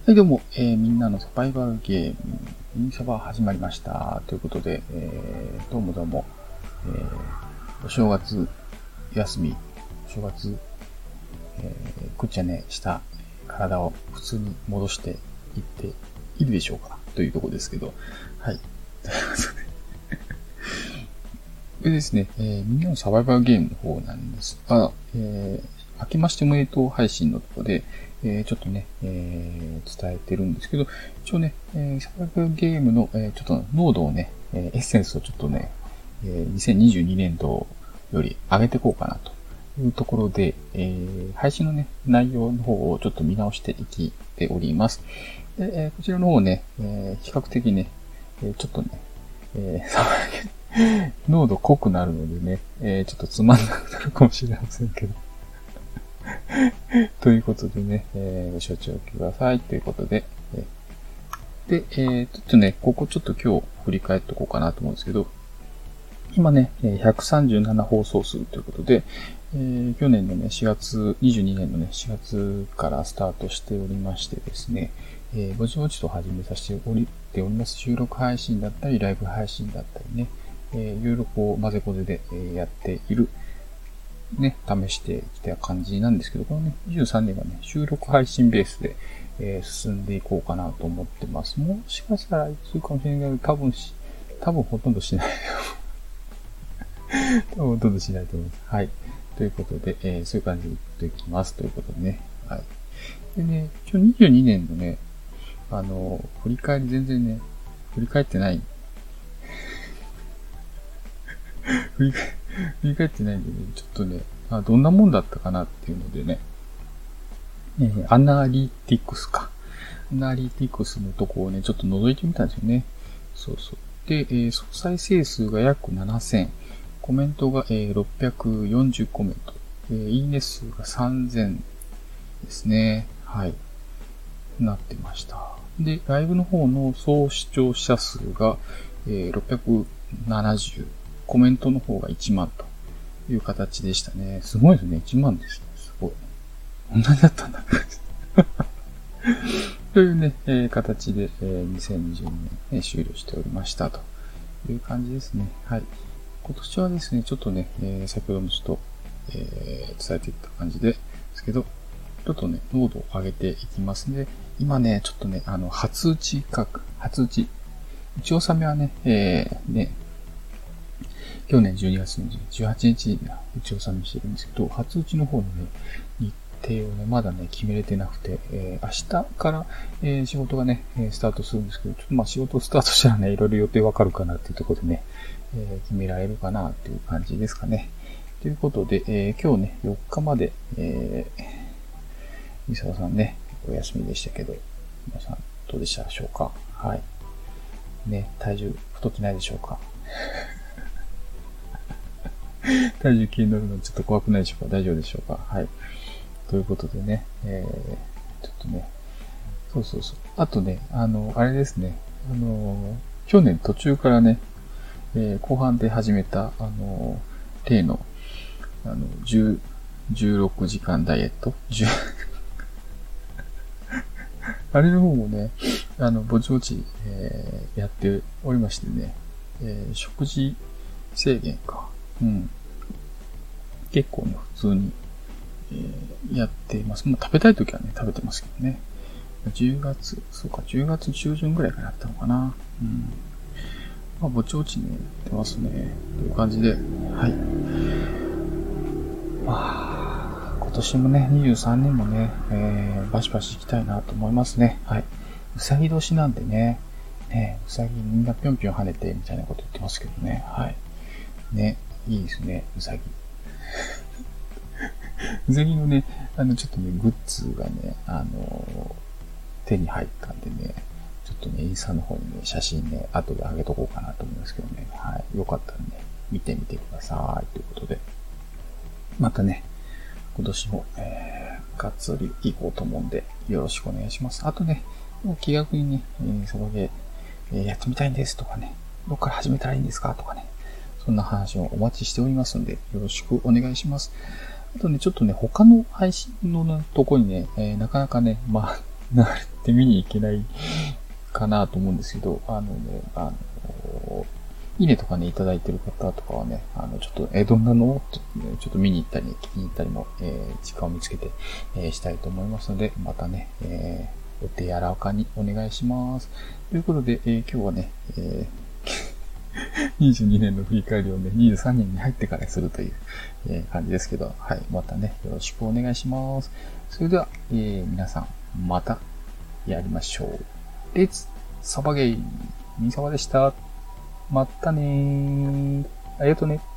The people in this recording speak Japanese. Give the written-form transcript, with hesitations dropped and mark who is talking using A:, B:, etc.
A: はい、どうも、みんなのサバイバルゲーム、ミニサバ始まりました。ということで、どうもどうも、お正月休み、お正月、くっちゃねした体を普通に戻していっているでしょうかというところですけど、はい。ということでですね、みんなのサバイバルゲームの方なんですが、明けましておめでとう配信のところで、ちょっとね、伝えてるんですけど、一応ね、サバイバルゲームの、ちょっと濃度をね、エッセンスをちょっとね、2022年度より上げていこうかなというところで、配信のね、内容の方をちょっと見直していきております。で、こちらの方ね、比較的ね、ちょっとね、濃度濃くなるのでね、ちょっとつまんなくなるかもしれませんけど。ということでね、ご承知おきください。ということで、ちょっとね、ここちょっと今日振り返っておこうかなと思うんですけど、今ね、137放送数ということで、去年のね、22年のね、4月からスタートしておりましてですね、ぼちぼちと始めさせております。収録配信だったり、ライブ配信だったりね、いろいろこう、混ぜこぜで、やっている、ね、試してきた感じなんですけど、このね、23年はね、収録配信ベースで、進んでいこうかなと思ってます。もしかしたら、いつかもしれないけど、多分ほとんどしない。多分ほとんどしないと思います。はい。ということで、そういう感じでいっていきます。ということでね。はい。でね、一応22年のね、振り返り全然ね、振り返ってない。振り返ってないんでね、ちょっとね、どんなもんだったかなっていうのでね、アナリティクスか。アナリティクスのとこをね、ちょっと覗いてみたんですよね。そうそう。で、総再生数が約7000、コメントが、640コメント、いいね数が3000ですね。はい。なってました。で、ライブの方の総視聴者数が、670、コメントの方が1万という形でしたね。すごいですね。1万ですね。すごい。こんなにだったんだ。というね、形で、2022年、終了しておりましたという感じですね。はい。今年はですね、ちょっとね、先ほどもちょっと、伝えていった感じですけど、ちょっとね、濃度を上げていきますね。今ね、ちょっとね、初打ち。打ち納めはね、去年12月18日に打ち納めしてるんですけど、初打ちの方のね、日程をね、まだね、決めれてなくて、明日から、仕事がね、スタートするんですけど、ちょっとまあ仕事スタートしたらね、いろいろ予定わかるかなっていうところでね、決められるかなっていう感じですかね。ということで、今日ね、4日まで、三沢さんね、お休みでしたけど、皆さんどうでしたでしょうか？はい。ね、体重太ってないでしょうか？体重気になるのちょっと怖くないでしょうか？大丈夫でしょうか？はい。ということでね、ちょっとね、そう。あとね、あれですね、去年途中からね、後半で始めた、例の、16時間ダイエットあれの方もね、ぼちぼち、やっておりましてね、食事制限か。うん。結構ね、普通に、やっています。もう食べたいときはね、食べてますけどね。10月中旬ぐらいからやったのかな。うん。まあ、ぼちぼちね、やってますね。という感じで、はい。まあ、今年もね、23年もね、バシバシ行きたいなと思いますね。はい。うさぎ年なんでね、うさぎみんなぴょんぴょん跳ねて、みたいなこと言ってますけどね。はい。ね、いいですね、うさぎ。うさぎのね、ちょっとね、グッズがね、手に入ったんでね、ちょっとね、インスタの方にね、写真ね、後で上げとこうかなと思うんですけどね。はい。よかったらね、見てみてください。ということで。またね、今年も、がっつり行こうと思うんで、よろしくお願いします。あとね、もう気楽にね、そこで、やってみたいんですとかね、どっから始めたらいいんですかとかね、そんな話をお待ちしておりますので、よろしくお願いします。あとね、ちょっとね、他の配信のとこにね、なかなかね、 慣れて見に行けないかなと思うんですけど、いいねとかね、いただいてる方とかはね、ちょっと、どんなのちょっと見に行ったり、聞きに行ったりも、時間を見つけて、したいと思いますので、またね、お手柔らかにお願いします。ということで、今日はね、22年の振り返りをね、23年に入ってからするという、感じですけど、はい、またね、よろしくお願いします。それでは、皆さん、また、やりましょう。レッツ、サバゲー、ミサワでした。またねー。ありがとうね。